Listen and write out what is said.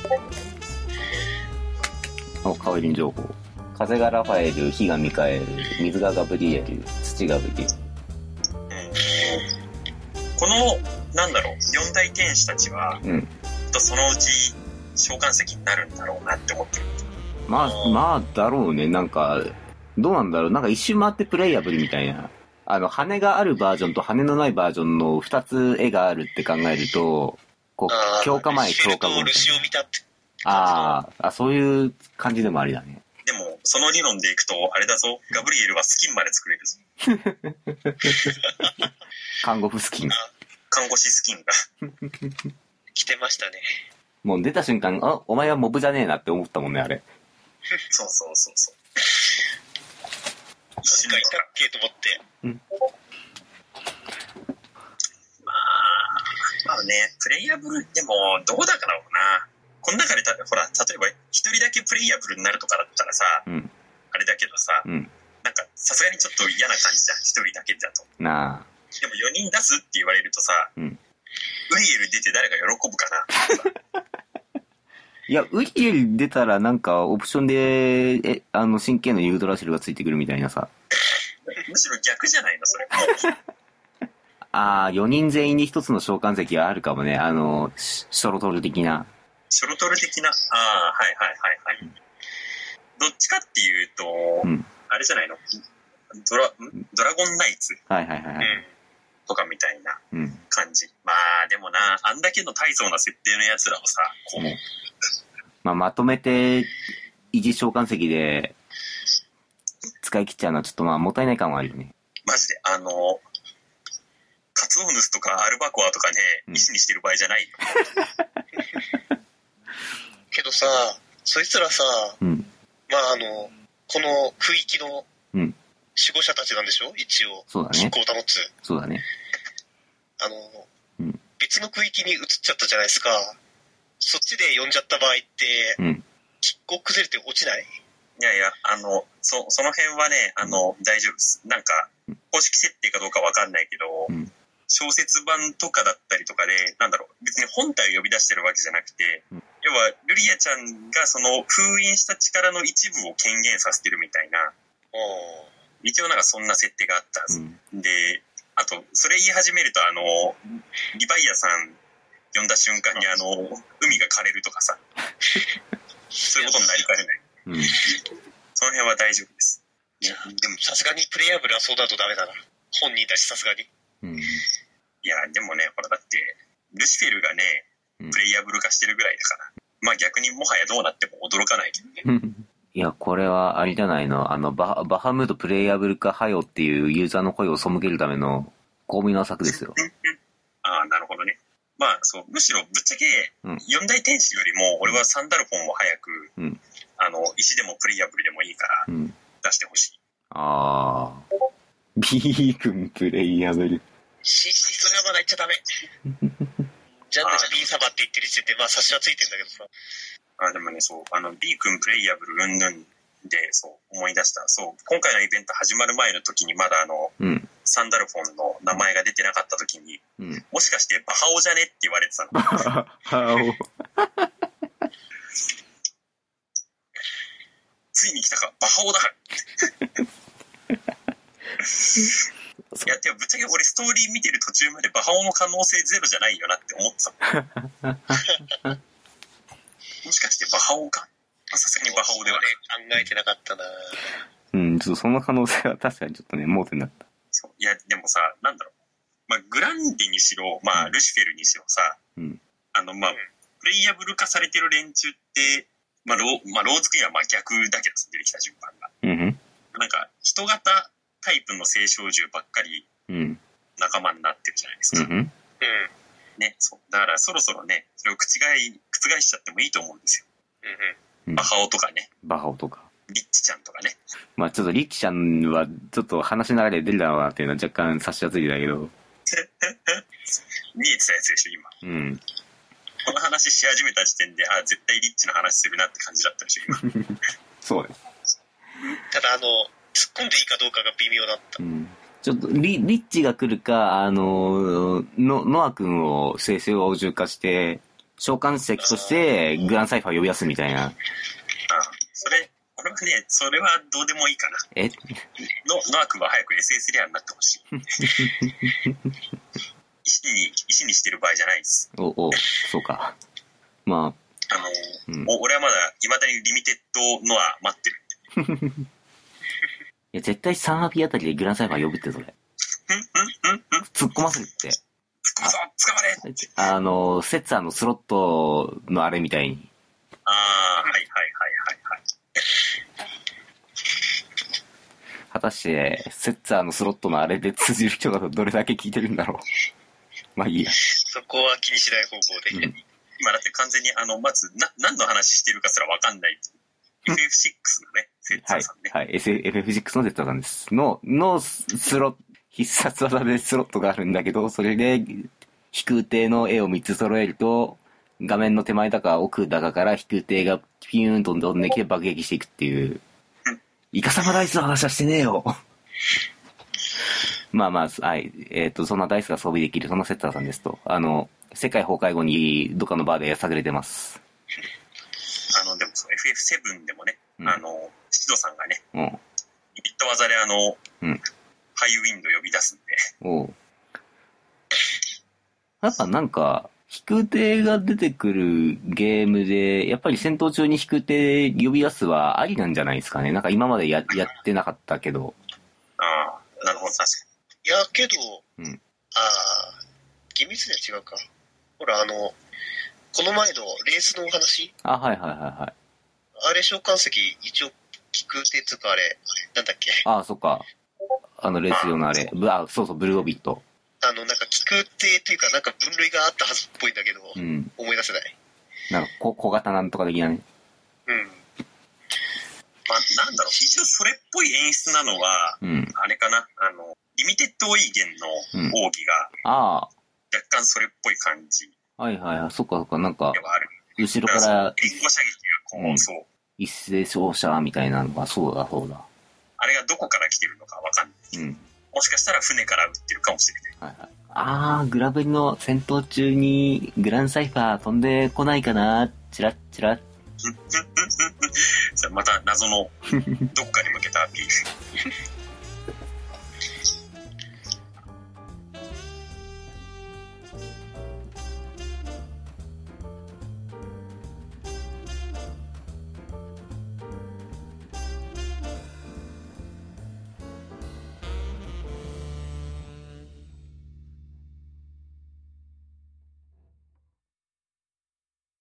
カオリン情報。風がラファエル、火がミカエル、水がガブリエル、土がブリエル。 この、なんだろう、四大天使たちは、そのうち召喚石になるんだろうなって思ってる。 まあ、だろうね。なんか、どうなんだろう。なんか一周回ってプレイヤブルみたいな。羽があるバージョンと羽のないバージョンの二つ絵があるって考えると、こう、強化前、強化後。 ルシオ見たってそういう感じでもありだね。 でも、その理論でいくと、あれだぞ、ガブリエルはスキンまで作れるぞ。 看護婦スキン。 看護師スキンが。 来てましたね。 もう出た瞬間、お前はモブじゃねえなって思ったもんね、あれ。 そう。 なんかいたっけと思って。 まあね、プレイヤブル、でも、どうだからろうな。この中でほら、例えば、一人だけプレイヤブルになるとかだったらさ、あれだけどさ、なんか、さすがにちょっと嫌な感じじゃん、一人だけだと。 なあ。 でも4人出すって言われるとさ、ウリエル出て誰が喜ぶかな。 いや、ウリエル出たらなんか、オプションで、神経のユードラシルがついてくるみたいなさ。 むしろ逆じゃないの、それ。 4人全員に一つの召喚石があるかもね。ショロトル的な。 ショロトル的な、はい。どっちかっていうと、あれじゃないの、ドラゴンナイツ。とかみたいな感じ。まあ、でもな、あんだけの大層な設定のやつらをさ、こう。 まとめて、維持召喚石で、使い切っちゃうのはちょっともったいない感はあるよね。 マジで、カツオヌスとかアルバコアとかね、石にしてる場合じゃないよ。 けどさ、そいつらさ、この区域の守護者たちなんでしょ一応。 そうだね。 均衡を保つ。 そうだね。 別の区域に移っちゃったじゃないですか。そっちで呼んじゃった場合って、均衡崩れて落ちない？ いやいや、その辺はね、大丈夫です。なんか、公式設定かどうかわかんないけど、小説版とかだったりとかで、なんだろう、別に本体を呼び出してるわけじゃなくて、要は、ルリアちゃんがその封印した力の一部を権限させてるみたいな、一応なんかそんな設定があったはず。で、あと、それ言い始めると、リヴァイアさん呼んだ瞬間に海が枯れるとかさ、そういうことになりかねない。その辺は大丈夫です。 でもさすがにプレイヤブルはそうだとダメだな。本人だしさすがに。 いや、でもね、ほらだって、ルシフェルがね、プレイヤブル化してるぐらいだから、まあ逆にもはやどうなっても驚かないけどね。 いや、これはありじゃないの。バハムートプレイヤブル化はよっていうユーザーの声を背けるための巧妙な策ですよ。 なるほどね。まあそう、むしろぶっちゃけ、四大天使よりも、俺はサンダルフォンを早く、石でもプレイヤブルでもいいから、出してほしい。 B 君プレイヤブル。 それはまだ言っちゃダメ。ジャンダが B サバって言ってる時点で、察しはついてんだけどさ。 でもね、そう、B 君プレイヤブルうんぬんで、そう、思い出した。そう、今回のイベント始まる前の時にまだサンダルフォンの名前が出てなかった時に、もしかしてバハオじゃねって言われてたの。バハオ。ついに来たか、バハオだ。いや、でもぶっちゃけ俺ストーリー見てる途中までバハオの可能性ゼロじゃないよなって思ってた。もしかしてバハオか？さすがにバハオではね。 考えてなかったな。 ちょっとその可能性は確かにちょっとね、盲点だった。 そう。いや、でもさ、なんだろう。グランディにしろ、ルシフェルにしろさ、プレイヤブル化されてる連中って、ローズクイーンは逆だけど出てきた順番が。なんか、人型タイプの聖少獣ばっかり仲間になってるじゃないですか。ね、そう。だからそろそろね、それを覆しちゃってもいいと思うんですよ。バハオとかね。 バハオとか。 リッチちゃんとかね。 ちょっとリッチちゃんはちょっと話の流れで出るだろうなっていうのは若干察しはついてたけど。 見えてたやつでしょ、今。この話し始めた時点で、絶対リッチの話するなって感じだったでしょ、今。 そうです。 ただ突っ込んでいいかどうかが微妙だった。 ちょっとリッチが来るか、ノア君を生成を重化して、 召喚石としてグランサイファー呼び出すみたいな。 俺はね、それはどうでもいいかな。ノア君は早く SS レアになってほしい。石にしてる場合じゃないです。 そうか。まあ。 俺はまだ未だにリミテッドノア待ってる。 いや、絶対3アピあたりでグランサイファー呼ぶって、それ。突っ込ませるって。 突っ込まそう、捕まれ。 セッツァーのスロットのあれみたいに。 はい。 果たして、セッツァーのスロットのあれで通じる人がどれだけ聞いてるんだろう。まあいいや。 そこは気にしない方向で。 今だって完全にまず何の話してるかすらわかんない。FF6 のね、セッツァーさんね。 はい、FF6 のセッツァーさんです。のスロット、必殺技でスロットがあるんだけど、それで飛空艇の絵を3つ揃えると、画面の手前だか奥だかから飛空艇がピューンと飛んできて爆撃していくっていう。イカサマダイスの話はしてねえよ。まあ、はい。そんなダイスが装備できる、そのセッターさんですと。世界崩壊後にどっかのバーで探れてます。 でもFF7 でもね、シドさんがね、リミット技でハイウィンド呼び出すんで。 やっぱなんか、飛空艇が出てくるゲームで、やっぱり戦闘中に飛空艇呼び出すはありなんじゃないですかね。なんか今までやってなかったけど。 なるほど、確かに。いや、けど、厳密には違うか。ほら、この前のレースのお話。 はい。 あれ召喚石、一応、飛空艇つうかあれ、なんだっけ。 そっか。レース用のあれ。そうそう、ブルーオビット。 なんか飛空艇というか、なんか分類があったはずっぽいんだけど、思い出せない。 なんか小型なんとか的なね。 まあ、なんだろう、一応それっぽい演出なのは、あれかな、リミテッドオイゲンの奥義が、若干それっぽい感じ。 はい、そっか、なんか、後ろから、 援護射撃がそう。 一斉照射みたいなのが、そうだ。 あれがどこから来てるのかわかんない。もしかしたら船から撃ってるかもしれない。グラブリの戦闘中にグランサイファー飛んでこないかな、チラッ。 また謎のどっかに向けたアピール。